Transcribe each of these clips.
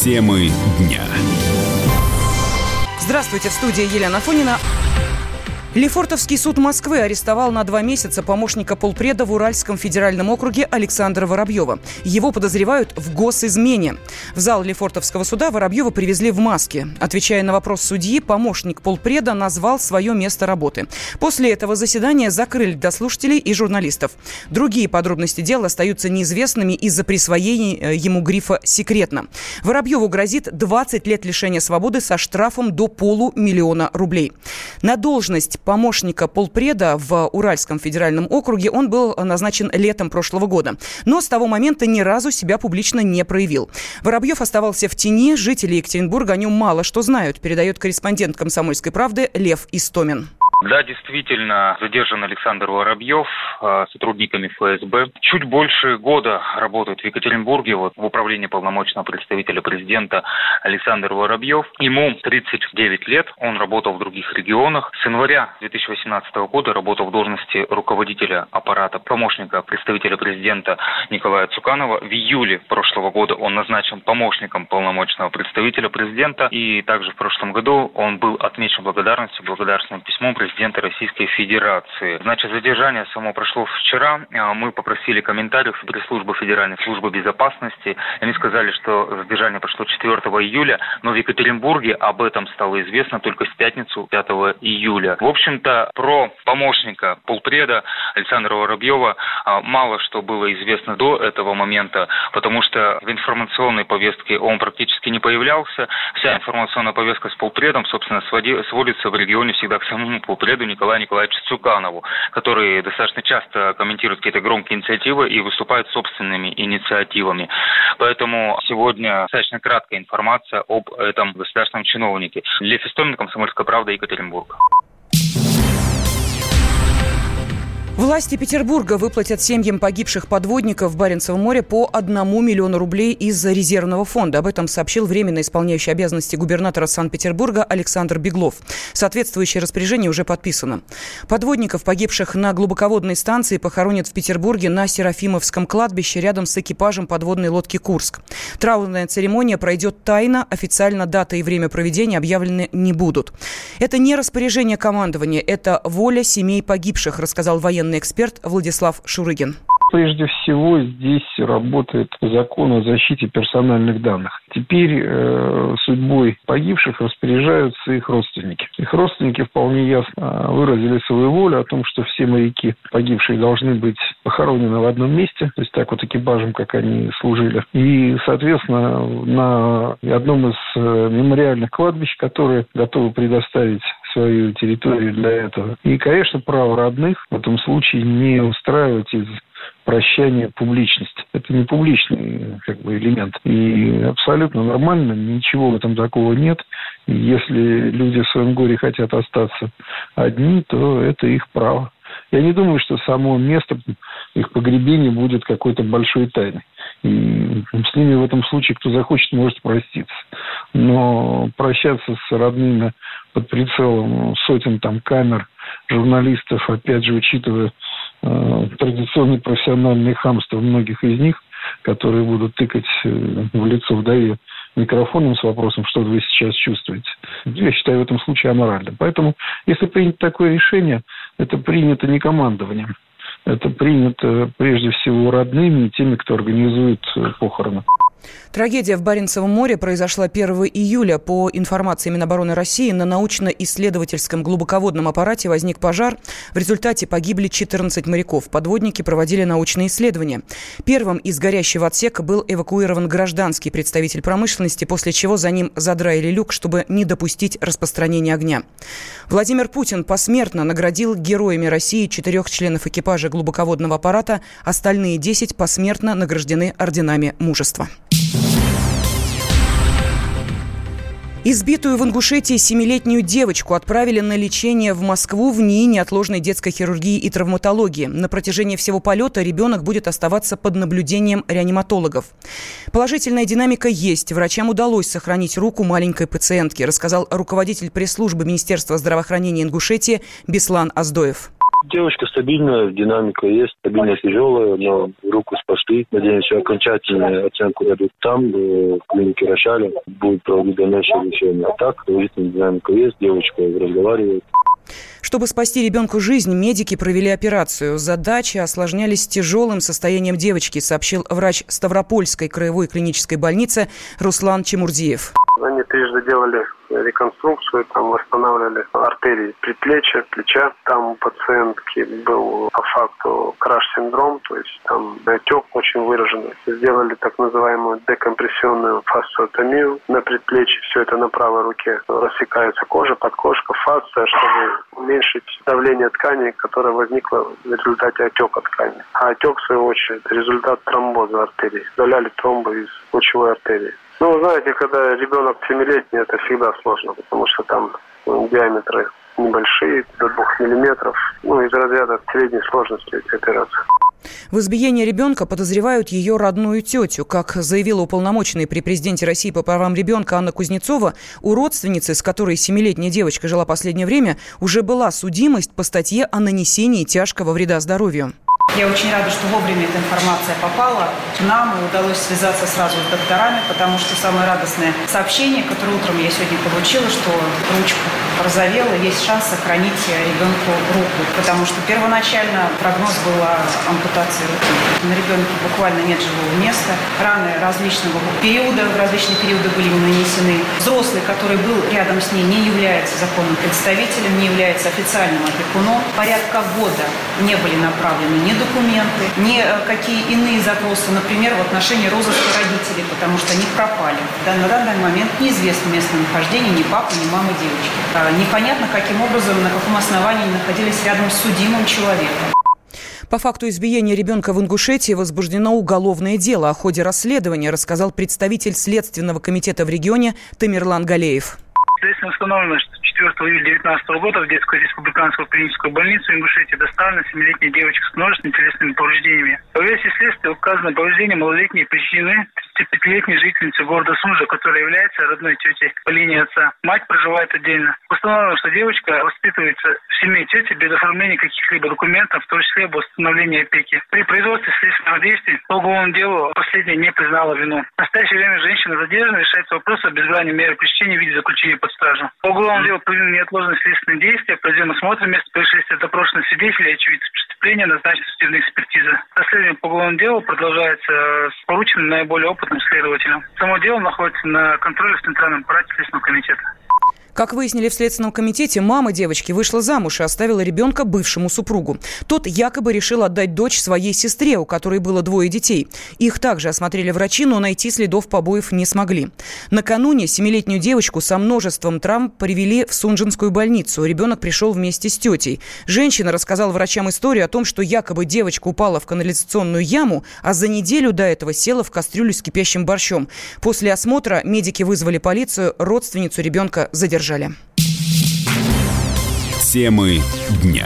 Темы дня. Здравствуйте, в студии Елена Афонина. Лефортовский суд Москвы арестовал на 2 месяца помощника полпреда в Уральском федеральном округе Александра Воробьева. Его подозревают в госизмене. В зал Лефортовского суда Воробьева привезли в маске. Отвечая на вопрос судьи, помощник полпреда назвал свое место работы. После этого заседание закрыли для слушателей и журналистов. Другие подробности дела остаются неизвестными из-за присвоения ему грифа «секретно». Воробьеву грозит 20 лет лишения свободы со штрафом до 500 000 рублей. На должность помощника полпреда в Уральском федеральном округе он был назначен летом прошлого года. Но с того момента ни разу себя публично не проявил. Воробьев оставался в тени, жители Екатеринбурга о нем мало что знают, передает корреспондент «Комсомольской правды» Лев Истомин. Да, действительно, задержан Александр Воробьев сотрудниками ФСБ. Чуть больше года работает в Екатеринбурге в управлении полномочного представителя президента Александр Воробьев. Ему 39 лет, он работал в других регионах. С января 2018 года работал в должности руководителя аппарата помощника представителя президента Николая Цуканова. В июле прошлого года он назначен помощником полномочного представителя президента. И также в прошлом году он был отмечен благодарственным письмом президента Российской Федерации. Значит, задержание само прошло вчера. Мы попросили комментариев в пресс-службу Федеральной службы безопасности. Они сказали, что задержание прошло 4 июля, но в Екатеринбурге об этом стало известно только в пятницу 5 июля. В общем-то, про помощника полпреда Александра Воробьева мало что было известно до этого момента, потому что в информационной повестке он практически не появлялся. Вся информационная повестка с полпредом, собственно, сводится в регионе всегда к самому полпреду Николаю Николаевичу Цуканову, который достаточно часто комментирует какие-то громкие инициативы и выступает собственными инициативами. Поэтому сегодня достаточно краткая информация об этом государственном чиновнике. Лев Истомин, «Комсомольская правда», Екатеринбург. Власти Петербурга выплатят семьям погибших подводников в Баренцевом море по 1 миллиону рублей из резервного фонда. Об этом сообщил временно исполняющий обязанности губернатора Санкт-Петербурга Александр Беглов. Соответствующее распоряжение уже подписано. Подводников, погибших на глубоководной станции, похоронят в Петербурге на Серафимовском кладбище рядом с экипажем подводной лодки «Курск». Траурная церемония пройдет тайно. Официально дата и время проведения объявлены не будут. Это не распоряжение командования, это воля семей погибших, рассказал военный эксперт Владислав Шурыгин. Прежде всего, здесь работает закон о защите персональных данных. Теперь судьбой погибших распоряжаются их родственники. Их родственники вполне ясно выразили свою волю о том, что все моряки погибшие должны быть похоронены в одном месте, то есть так вот экипажем, как они служили. И, соответственно, на одном из мемориальных кладбищ, которые готовы предоставить свою территорию для этого. И, конечно, право родных в этом случае не устраивать из прощания публичность. Это не публичный элемент. И абсолютно нормально, ничего в этом такого нет. И если люди в своем горе хотят остаться одни, то это их право. Я не думаю, что само место их погребения будет какой-то большой тайной. И с ними в этом случае, кто захочет, может проститься. Но прощаться с родными под прицелом сотен камер, журналистов, опять же, учитывая традиционное профессиональное хамство многих из них, которые будут тыкать в лицо вдове микрофоном с вопросом, что вы сейчас чувствуете. Я считаю в этом случае аморальным. Поэтому, если принято такое решение, это принято не командованием. Это принято прежде всего родными и теми, кто организует похороны. Трагедия в Баренцевом море произошла 1 июля. По информации Минобороны России, на научно-исследовательском глубоководном аппарате возник пожар. В результате погибли 14 моряков. Подводники проводили научные исследования. Первым из горящего отсека был эвакуирован гражданский представитель промышленности, после чего за ним задраили люк, чтобы не допустить распространения огня. Владимир Путин посмертно наградил героями России 4 членов экипажа глубоководного аппарата. Остальные 10 посмертно награждены орденами мужества. Избитую в Ингушетии 7-летнюю девочку отправили на лечение в Москву в НИИ неотложной детской хирургии и травматологии. На протяжении всего полета ребенок будет оставаться под наблюдением реаниматологов. Положительная динамика есть. Врачам удалось сохранить руку маленькой пациентки, рассказал руководитель пресс-службы Министерства здравоохранения Ингушетии Беслан Оздоев. Девочка стабильная, динамика есть, стабильно тяжелая, но руку спасли. Надеемся, окончательную оценку дадут там, в клинике Рошаля, будет проводить дальнейшее лечение. А так, положительная динамика есть, девочка разговаривает. Чтобы спасти ребенку жизнь, медики провели операцию. Задачи осложнялись тяжелым состоянием девочки, сообщил врач Ставропольской краевой клинической больницы Руслан Чемурдиев. Они трижды делали реконструкцию, там восстанавливали артерии предплечья, плеча. Там у пациентки был по факту краш-синдром, то есть там отек очень выраженный. Сделали так называемую декомпрессионную фасциотомию на предплечье. Все это на правой руке. Рассекается кожа, подкожка, фасция, чтобы уменьшить давление ткани, которое возникло в результате отека ткани. А отек, в свою очередь, результат тромбоза артерии. Удаляли тромбы из лучевой артерии. Ну, знаете, когда ребенок 7-летний, это всегда сложно, потому что там диаметры небольшие, до 2 миллиметров. Из разряда средней сложности этой операции. В избиении ребенка подозревают ее родную тетю. Как заявила уполномоченная при президенте России по правам ребенка Анна Кузнецова, у родственницы, с которой 7-летняя девочка жила последнее время, уже была судимость по статье о нанесении тяжкого вреда здоровью. Я очень рада, что вовремя эта информация попала к нам, и удалось связаться сразу с докторами, потому что самое радостное сообщение, которое утром я сегодня получила, что ручка порозовела, есть шанс сохранить ребенку руку, потому что первоначально прогноз был ампутации руки. На ребенке буквально нет живого места, раны различного периода, в различные периоды были нанесены. Взрослый, который был рядом с ней, не является законным представителем, не является официальным опекуном. Порядка года не были направлены ни документы, ни какие иные запросы, например, в отношении розыска родителей, потому что они пропали. На данный момент неизвестно местонахождение ни папы, ни мамы девочки. Непонятно, каким образом, на каком основании они находились рядом с судимым человеком. По факту избиения ребенка в Ингушетии возбуждено уголовное дело. О ходе расследования рассказал представитель Следственного комитета в регионе Тамерлан Галеев. Следственно установлено, что 4 июля 2019 года в детскую республиканскую клиническую больницу Ингушетии доставлена 7-летняя девочка с множественными телесными повреждениями. По версии следствия указано повреждения малолетней причинены 35-летней жительницы города Сунжа, которая является родной тетей по линии отца. Мать проживает отдельно. Установлено, что девочка воспитывается в семье тети без оформления каких-либо документов, в том числе об установлении опеки. При производстве следственного действия по уголовному делу последняя не признала вину. В настоящее время женщина задержана, решается вопрос об избрании меры пресечения в виде заключения под стражу. По уголовному делу проведены неотложные следственные действия, проведен осмотр места происшествия, допрошены свидетелей и очевидцев преступления, назначена судебная экспертиза. Расследование по уголовному делу продолжается с порученным наиболее опытным следователем. Само дело находится на контроле в Центральном аппарате Следственного комитета. Как выяснили в Следственном комитете, мама девочки вышла замуж и оставила ребенка бывшему супругу. Тот якобы решил отдать дочь своей сестре, у которой было 2 детей. Их также осмотрели врачи, но найти следов побоев не смогли. Накануне 7-летнюю девочку со множеством травм привели в Сунжинскую больницу. Ребенок пришел вместе с тетей. Женщина рассказала врачам историю о том, что якобы девочка упала в канализационную яму, а за неделю до этого села в кастрюлю с кипящим борщом. После осмотра медики вызвали полицию, родственницу ребенка задержали. Темы дня.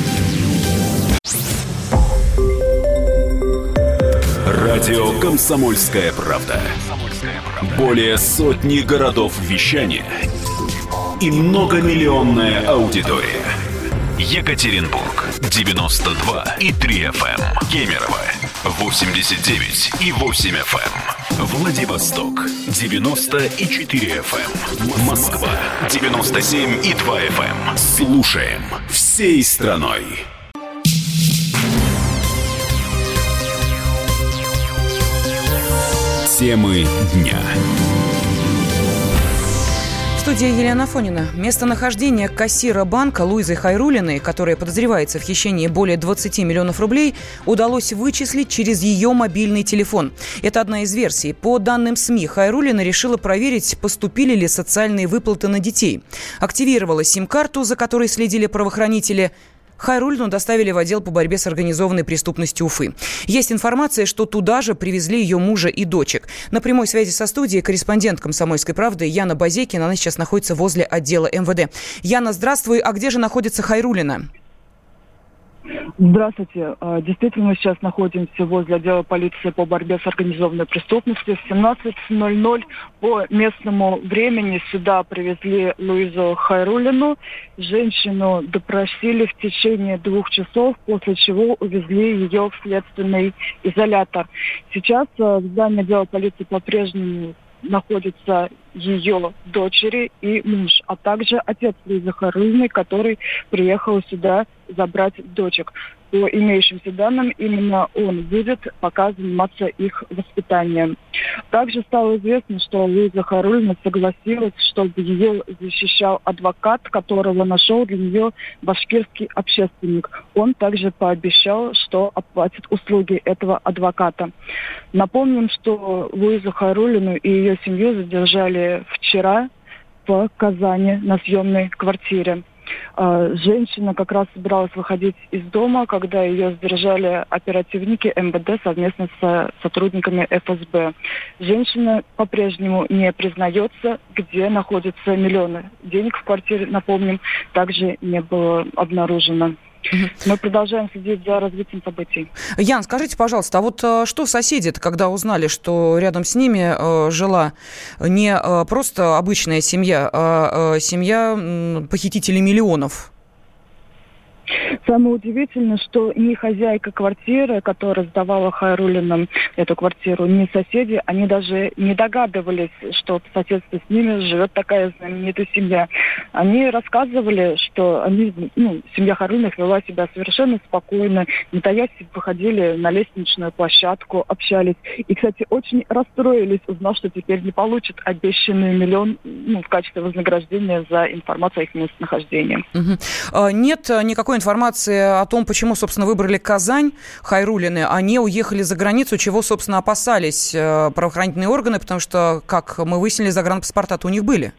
Радио «Комсомольская правда». Более сотни городов вещания и многомиллионная аудитория. Екатеринбург 92,3 FM, Кемерово 89,8 FM, Владивосток 90,4 FM, Москва 97,2 FM. Слушаем всей страной. Темы дня. В студии Елена Афонина. Местонахождение кассира банка Луизы Хайруллиной, которая подозревается в хищении более 20 миллионов рублей, удалось вычислить через ее мобильный телефон. Это одна из версий. По данным СМИ, Хайруллина решила проверить, поступили ли социальные выплаты на детей. Активировала сим-карту, за которой следили правоохранители. Хайруллину доставили в отдел по борьбе с организованной преступностью Уфы. Есть информация, что туда же привезли ее мужа и дочек. На прямой связи со студией корреспондент «Комсомольской правды» Яна Базекина. Она сейчас находится возле отдела МВД. Яна, здравствуй. А где же находится Хайруллина? Здравствуйте. Действительно, сейчас находимся возле отдела полиции по борьбе с организованной преступностью. В 17:00 по местному времени сюда привезли Луизу Хайруллину. Женщину допросили в течение 2 часов, после чего увезли ее в следственный изолятор. Сейчас в здании отдела полиции по-прежнему находятся ее дочери и муж, а также отец Луизы Хайруллиной, который приехал сюда забрать дочек. По имеющимся данным, именно он будет пока заниматься их воспитанием. Также стало известно, что Луиза Хайруллина согласилась, чтобы ее защищал адвокат, которого нашел для нее башкирский общественник. Он также пообещал, что оплатит услуги этого адвоката. Напомним, что Луизу Хайруллину и ее семью задержали вчера в Казани на съемной квартире. Женщина как раз собиралась выходить из дома, когда ее задержали оперативники МВД совместно с сотрудниками ФСБ. Женщина по-прежнему не признается, где находятся миллионы денег в квартире, напомним, также не было обнаружено. Мы продолжаем следить за развитием событий. Ян, скажите, пожалуйста, а вот что соседи, когда узнали, что рядом с ними жила не просто обычная семья, а семья похитителей миллионов? Самое удивительное, что ни хозяйка квартиры, которая сдавала Хайруллинам эту квартиру, ни соседи, они даже не догадывались, что в соседстве с ними живет такая знаменитая семья. Они рассказывали, что семья Хайруллиных вела себя совершенно спокойно, не таясь, выходили на лестничную площадку, общались. И, кстати, очень расстроились, узнав, что теперь не получат обещанный миллион в качестве вознаграждения за информацию о их местонахождении. Нет никакой информации о том, почему, собственно, выбрали Казань Хайруллины, а не уехали за границу, чего, собственно, опасались правоохранительные органы, потому что, как мы выяснили, загранпаспорта-то у них были.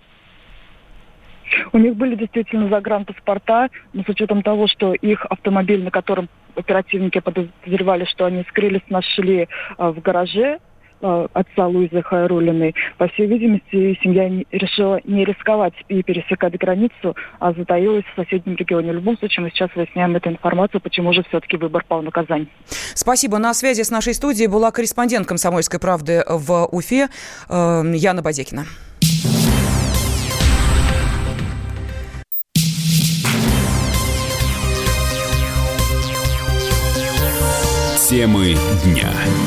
У них были действительно загранпаспорта, но с учетом того, что их автомобиль, на котором оперативники подозревали, что они скрылись, нашли в гараже отца Луизы Хайруллиной, по всей видимости, семья решила не рисковать и пересекать границу, а затаилась в соседнем регионе. В любом случае, мы сейчас выясняем эту информацию, почему же все-таки выбор пал на Казань. Спасибо. На связи с нашей студией была корреспондент «Комсомольской правды» в Уфе Яна Базекина. Темы дня.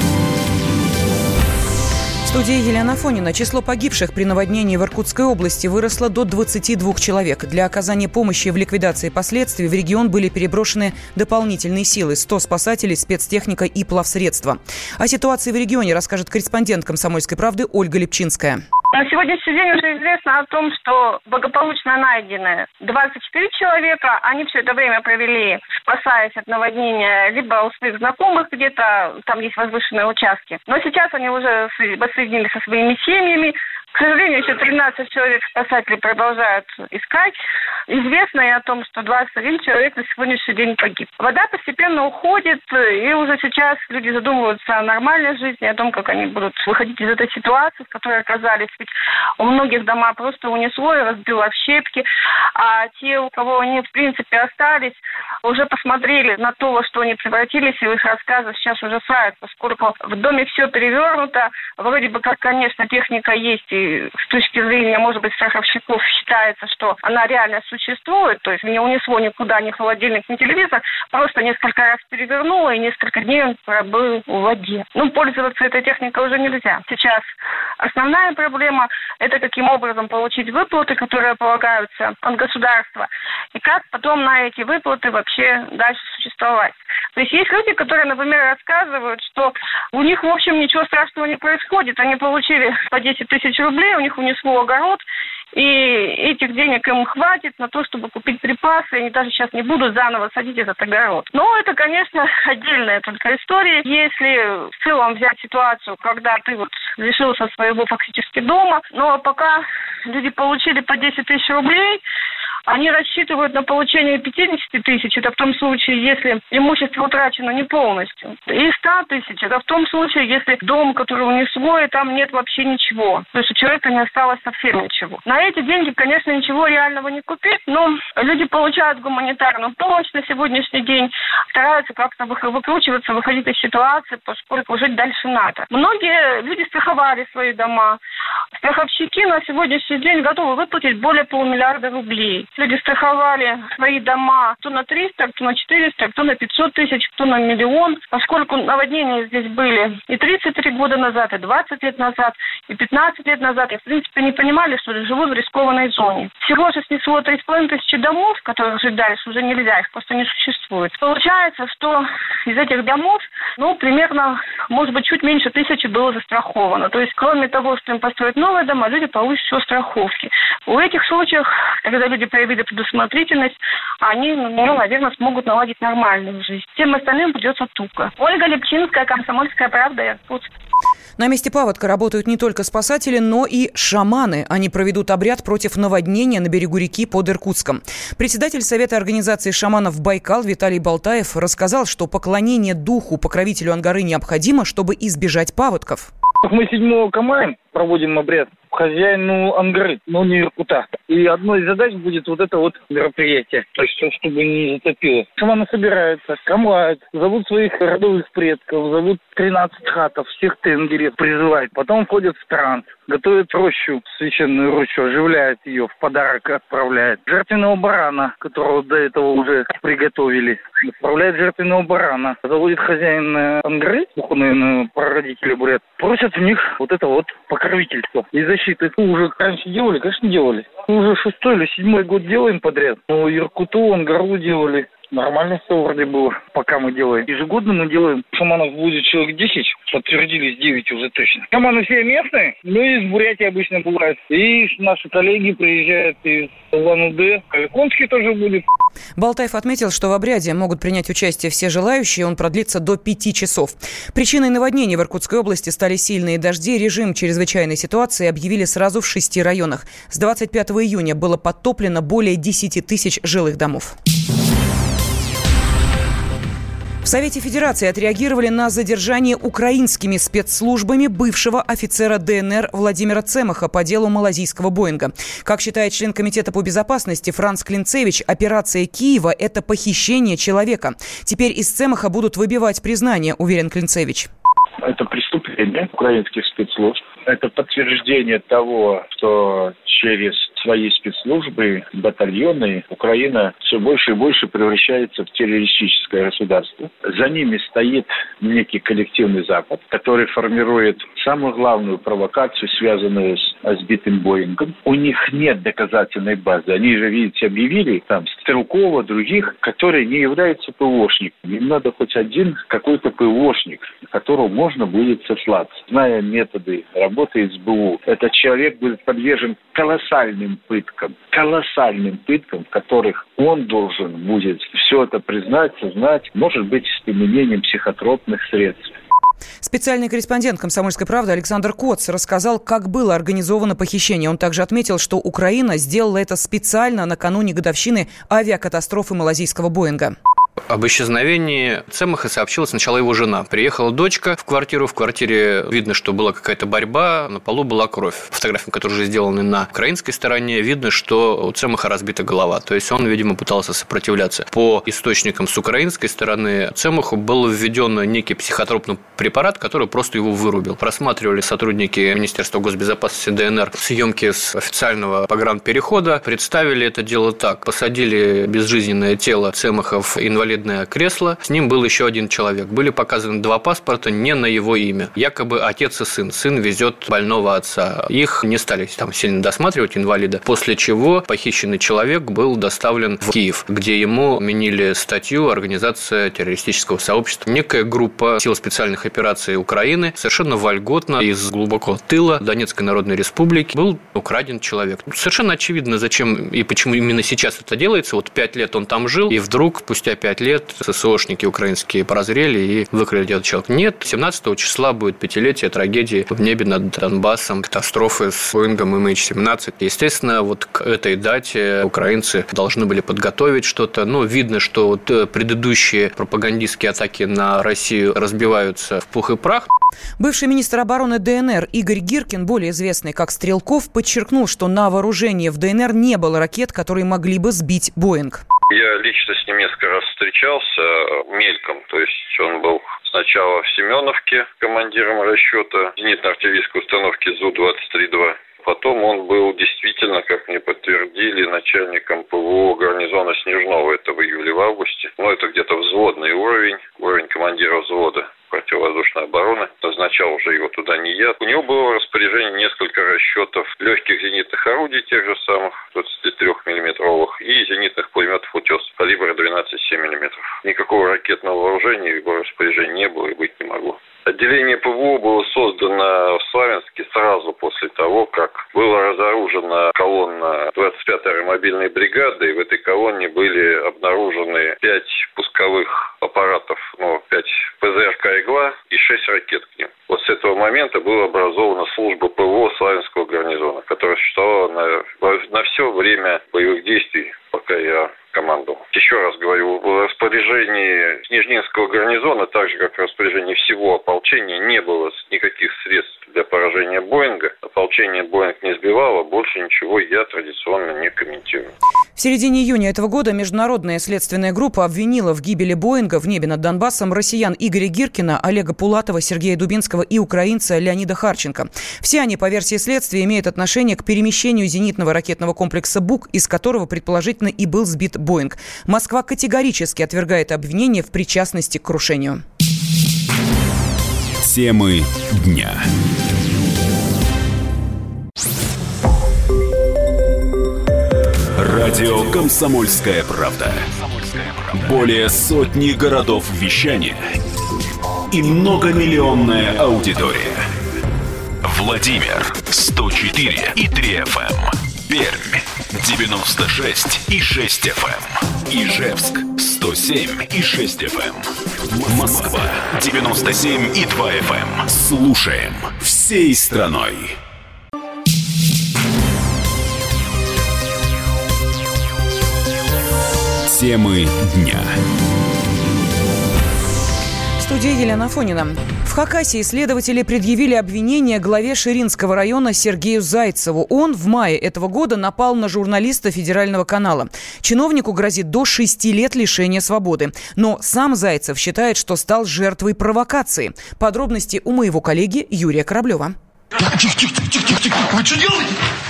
В студии Елена Афонина. Число погибших при наводнении в Иркутской области выросло до 22 человек. Для оказания помощи в ликвидации последствий в регион были переброшены дополнительные силы – 100 спасателей, спецтехника и плавсредства. О ситуации в регионе расскажет корреспондент «Комсомольской правды» Ольга Лепчинская. На сегодняшний день уже известно о том, что благополучно найдены 24 человека. Они все это время провели, спасаясь от наводнения, либо у своих знакомых где-то, там есть возвышенные участки. Но сейчас они уже воссоединились со своими семьями. К сожалению, еще 13 человек спасатели продолжают искать. Известно и о том, что 21 человек на сегодняшний день погиб. Вода постепенно уходит, и уже сейчас люди задумываются о нормальной жизни, о том, как они будут выходить из этой ситуации, в которой оказались. Ведь у многих дома просто унесло и разбило в щепки, а те, у кого они, в принципе, остались, уже посмотрели на то, во что они превратились, и в их рассказах сейчас ужасают, поскольку в доме все перевернуто. Вроде бы как, конечно, техника есть, и с точки зрения, может быть, страховщиков считается, что она реально существует, то есть не унесло никуда ни холодильник, ни телевизор, просто несколько раз перевернуло, и несколько дней он пробыл в воде. Пользоваться этой техникой уже нельзя. Сейчас основная проблема – это каким образом получить выплаты, которые полагаются от государства, и как потом на эти выплаты вообще дальше существовать. То есть есть люди, которые, например, рассказывают, что у них, в общем, ничего страшного не происходит. Они получили по 10 тысяч рублей, у них унесло огород, и этих денег им хватит на то, чтобы купить припасы, и они даже сейчас не будут заново садить этот огород. Но это, конечно, отдельная только история. Если в целом взять ситуацию, когда ты лишился своего фактически дома, но пока люди получили по 10 тысяч рублей, они рассчитывают на получение 50 тысяч, это в том случае, если имущество утрачено не полностью, и 100 тысяч, это в том случае, если дом, который унесло, и там нет вообще ничего. То есть у человека не осталось совсем ничего. На эти деньги, конечно, ничего реального не купить, но люди получают гуманитарную помощь на сегодняшний день, стараются как-то выкручиваться, выходить из ситуации, поскольку жить дальше надо. Многие люди страховали свои дома. Страховщики на сегодняшний день готовы выплатить более 500 миллиарда рублей. Люди страховали свои дома кто на 300, кто на 400, кто на 500 тысяч, кто на 1 миллион, поскольку наводнения здесь были и 33 года назад, и 20 лет назад, и 15 лет назад, и в принципе не понимали, что живут в рискованной зоне. Всего же снесло 3,5 тысячи домов, в которых жить дальше уже нельзя, их просто не существует. Получается, что из этих домов, примерно, может быть, чуть меньше 1000 было застраховано. То есть, кроме того, что им построят новые дома, люди получат еще страховки. В этих случаях, когда люди проявили предусмотрительность, они, наверное, смогут наладить нормальную жизнь. Всем остальным придется туго. Ольга Лепчинская, «Комсомольская правда», Иркутск. На месте паводка работают не только спасатели, но и шаманы. Они проведут обряд против наводнения на берегу реки под Иркутском. Председатель Совета организации шаманов «Байкал» Виталий Болтаев рассказал, что поклонение духу, покровителю Ангары необходимо, чтобы избежать паводков. Мы 7 мая проводим обряд хозяину Ангары, но не Иркута. И одной из задач будет вот это вот мероприятие, то есть чтобы не затопило. Шаманы собираются, камлают, зовут своих родовых предков, зовут 13 хатов, всех тенгерев призывают. Потом входят в транс, готовят рощу, священную рощу, оживляют ее, в подарок отправляют. Жертвенного барана, которого до этого уже приготовили, отправляют жертвенного барана. Заводит хозяин Ангары, духовные прародители бурят, просят у них вот это вот покровительство и защиты. Уже раньше делали, конечно, делали. Уже 6-й или 7-й год делаем подряд. Но Иркуту, Ангару делали. Нормально все вроде было, пока мы делаем. Ежегодно мы делаем. Шаманов будет человек 10, подтвердились 9 уже точно. Шаманы все местные, но из Бурятии обычно бывают. И наши коллеги приезжают из Улан-Удэ. Каликонский тоже будет. Болтаев отметил, что в обряде могут принять участие все желающие, он продлится до 5 часов. Причиной наводнений в Иркутской области стали сильные дожди. Режим чрезвычайной ситуации объявили сразу в 6 районах. С 25 июня было подтоплено более 10 тысяч жилых домов. В Совете Федерации отреагировали на задержание украинскими спецслужбами бывшего офицера ДНР Владимира Цемаха по делу малазийского Боинга. Как считает член Комитета по безопасности Франц Клинцевич, операция Киева – это похищение человека. Теперь из Цемаха будут выбивать признание, уверен Клинцевич. Это преступление украинских спецслужб. Это подтверждение того, что через свои спецслужбы, батальоны Украина все больше и больше превращается в террористическое государство. За ними стоит некий коллективный Запад, который формирует самую главную провокацию, связанную с сбитым Боингом. У них нет доказательной базы. Они же, видите, объявили там Стрелкова, других, которые не являются ПВОшниками. Им надо хоть один какой-то ПВОшник, на которого можно будет сослаться. Зная методы работы СБУ, этот человек будет подвержен колоссальным пыткам, в которых он должен будет все это признать, сознать, может быть, с применением психотропных средств. Специальный корреспондент «Комсомольской правды» Александр Коц рассказал, как было организовано похищение. Он также отметил, что Украина сделала это специально накануне годовщины авиакатастрофы малазийского Боинга. Об исчезновении Цемаха сообщила сначала его жена. Приехала дочка в квартиру. В квартире видно, что была какая-то борьба. На полу была кровь. Фотографии, которые уже сделаны на украинской стороне, видно, что у Цемаха разбита голова. То есть он, видимо, пытался сопротивляться. По источникам с украинской стороны Цемаху был введен некий психотропный препарат, который просто его вырубил. Просматривали сотрудники Министерства госбезопасности ДНР съемки с официального погранперехода. Представили это дело так. Посадили безжизненное тело Цемаха в инвалидное кресло. С ним был еще один человек. Были показаны 2 паспорта не на его имя. Якобы отец и сын. Сын везет больного отца. Их не стали там сильно досматривать, инвалида. После чего похищенный человек был доставлен в Киев, где ему вменили статью «Организация террористического сообщества». Некая группа сил специальных операций Украины совершенно вольготно из глубоко тыла Донецкой Народной Республики был украден человек. Совершенно очевидно, зачем и почему именно сейчас это делается. Вот 5 лет он там жил, и вдруг, спустя 5 лет, лет ССОшники украинские прозрели и выкрыли этот человек. Нет, 17 числа будет 5-летие трагедии в небе над Донбассом, катастрофы с Боингом MH17. Естественно, вот к этой дате украинцы должны были подготовить что-то. Но видно, что вот предыдущие пропагандистские атаки на Россию разбиваются в пух и прах. Бывший министр обороны ДНР Игорь Гиркин, более известный как Стрелков, подчеркнул, что на вооружении в ДНР не было ракет, которые могли бы сбить Боинг. Я лично с ним несколько раз встречался мельком, то есть он был сначала в Семеновке командиром расчета зенитно-артиллерийской установки ЗУ-23-2. Потом он был действительно, как мне подтвердили, начальником ПВО гарнизона Снежного. Это в июле-августе. Это где-то взводный уровень командира взвода противовоздушной обороны. Назначал уже его туда не я. У него было в распоряжении несколько расчетов легких зенитных орудий, тех же самых 23-миллиметровых, и зенитных пулеметов «Утес» калибра 12,7 мм. Никакого ракетного вооружения в его распоряжении не было и быть не могло. Отделение ПВО было создано в Славянске сразу после того, как была разоружена колонна 25-й аэромобильной бригады, и в этой колонне были обнаружены 5 пусковых аппаратов, 5 ПЗРК «Игла» и 6 ракет к ним. Вот с этого момента была образована служба ПВО Славянского гарнизона, которая существовала на все время боевых действий, пока я командовал. Еще раз говорю, в распоряжении Снежнинского гарнизона, так же как в распоряжении всего ополчения, не было никаких средств для поражения Боинга. Ополчение Боинг не сбивало, больше ничего я традиционно не комментирую. В середине июня этого года международная следственная группа обвинила в гибели Боинга в небе над Донбассом россиян Игоря Гиркина, Олега Пулатова, Сергея Дубинского и украинца Леонида Харченко. Все они, по версии следствия, имеют отношение к перемещению зенитного ракетного комплекса «Бук», из которого, предположительно, и был сбит Боинг. Москва категорически отвергает обвинение в причастности к крушению. Темы дня. Радио «Комсомольская правда». Более сотни городов вещания и многомиллионная аудитория. Владимир 104,3 FM. Пермь 96,6 FM. Ижевск 107,6 FM. Москва 97,2 FM. Слушаем всей страной. Темы дня. В студии Елена Афонина. В Хакасии следователи предъявили обвинение главе Ширинского района Сергею Зайцеву. Он в мае этого года напал на журналиста федерального канала. Чиновнику грозит до 6 лет лишения свободы. Но сам Зайцев считает, что стал жертвой провокации. Подробности у моего коллеги Юрия Кораблева. Тихо. Вы что делаете?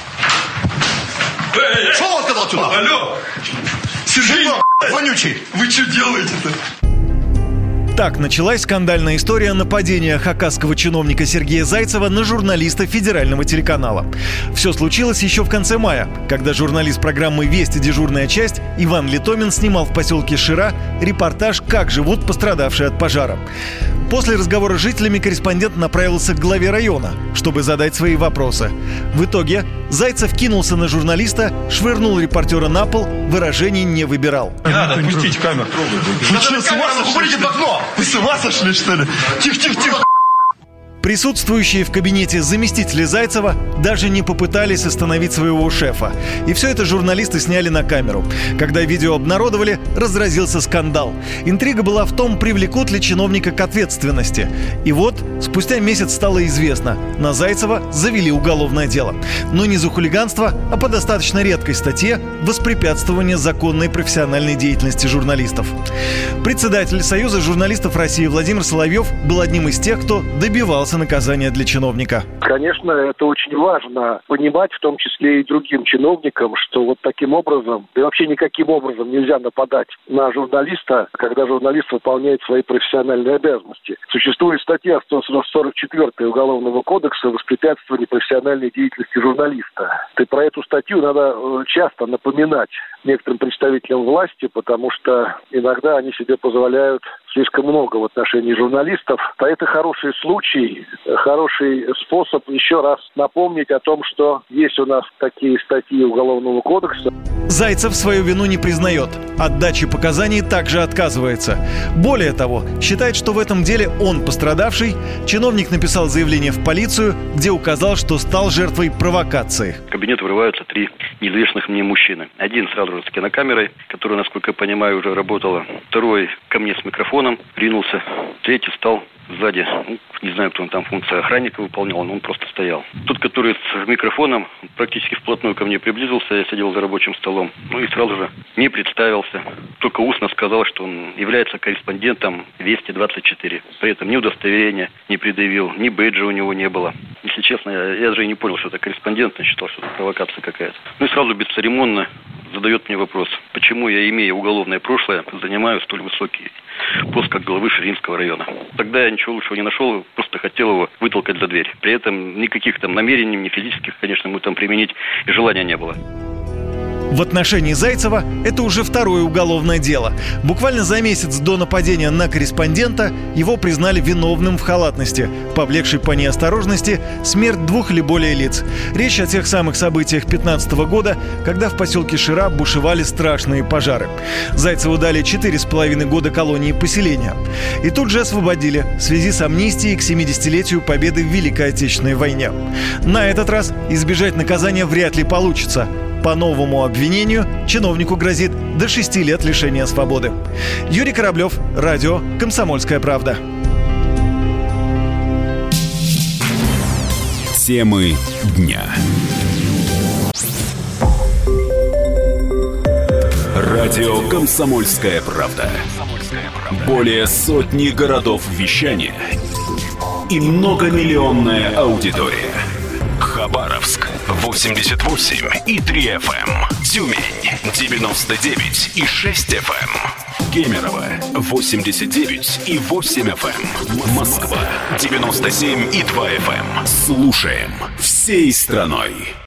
Что он сказал сюда? Алло! Сергей, вонючий! Вы что делаете-то? Так началась скандальная история нападения хакасского чиновника Сергея Зайцева на журналиста федерального телеканала. Все случилось еще в конце мая, когда журналист программы «Вести. Дежурная часть» Иван Литомин снимал в поселке Шира репортаж «Как живут пострадавшие от пожара». После разговора с жителями корреспондент направился к главе района, чтобы задать свои вопросы. В итоге Зайцев кинулся на журналиста, швырнул репортера на пол, выражений не выбирал. Не надо, отпустите камеру. Вы что, с ума сошли? В окно! Вы с ума сошли, что ли? Тихо. Присутствующие в кабинете заместители Зайцева даже не попытались остановить своего шефа. И все это журналисты сняли на камеру. Когда видео обнародовали, разразился скандал. Интрига была в том, привлекут ли чиновника к ответственности. И вот, спустя месяц стало известно, на Зайцева завели уголовное дело. Но не за хулиганство, а по достаточно редкой статье «Воспрепятствование законной профессиональной деятельности журналистов». Председатель Союза журналистов России Владимир Соловьев был одним из тех, кто добивался наказания для чиновника. Конечно, это очень важно понимать, в том числе и другим чиновникам, что вот таким образом, да и вообще никаким образом нельзя нападать на журналиста, когда журналист выполняет свои профессиональные обязанности. Существует статья 144 Уголовного кодекса «Воспрепятствование профессиональной деятельности журналиста». И про эту статью надо часто напоминать некоторым представителям власти, потому что иногда они себе позволяют слишком много в отношении журналистов. А это хороший случай, хороший способ еще раз напомнить о том, что есть у нас такие статьи Уголовного кодекса. Зайцев свою вину не признает. От дачи показаний также отказывается. Более того, считает, что в этом деле он пострадавший. Чиновник написал заявление в полицию, где указал, что стал жертвой провокации. В кабинет врываются 3 неизвестных мне мужчины. Один сразу же с кинокамерой, которая, насколько я понимаю, уже работала. Второй ко мне с микрофоном ринулся. Третий стал сзади. Не знаю, кто он там функцию охранника выполнял, но он просто стоял. Тот, который с микрофоном, практически вплотную ко мне приблизился. Я сидел за рабочим столом. И сразу же не представился. Только устно сказал, что он является корреспондентом Вести-24. При этом ни удостоверения не предъявил, ни бейджа у него не было. Если честно, я даже и не понял, что это корреспондент, я считал, что это провокация какая-то. И сразу бесцеремонно задает мне вопрос, почему я, имея уголовное прошлое, занимаю столь высокий пост, как главы Ширинского района. Тогда я ничего лучшего не нашел, просто хотел его вытолкать за дверь. При этом никаких там намерений, ни физических, конечно, ему там применить и желания не было. В отношении Зайцева это уже второе уголовное дело. Буквально за месяц до нападения на корреспондента его признали виновным в халатности, повлекшей по неосторожности смерть 2 или более лиц. Речь о тех самых событиях 2015 года, когда в поселке Шира бушевали страшные пожары. Зайцеву дали 4,5 года колонии поселения. И тут же освободили в связи с амнистией к 70-летию победы в Великой Отечественной войне. На этот раз избежать наказания вряд ли получится. По новому обвинению чиновнику грозит до 6 лет лишения свободы. Юрий Кораблев, радио «Комсомольская правда». Темы дня. Радио «Комсомольская правда». Более сотни городов вещания и многомиллионная аудитория. Хабаровск 88,3 FM, Тюмень 99,6 FM, Кемерово 89,8 FM, Москва 97,2 FM. Слушаем всей страной.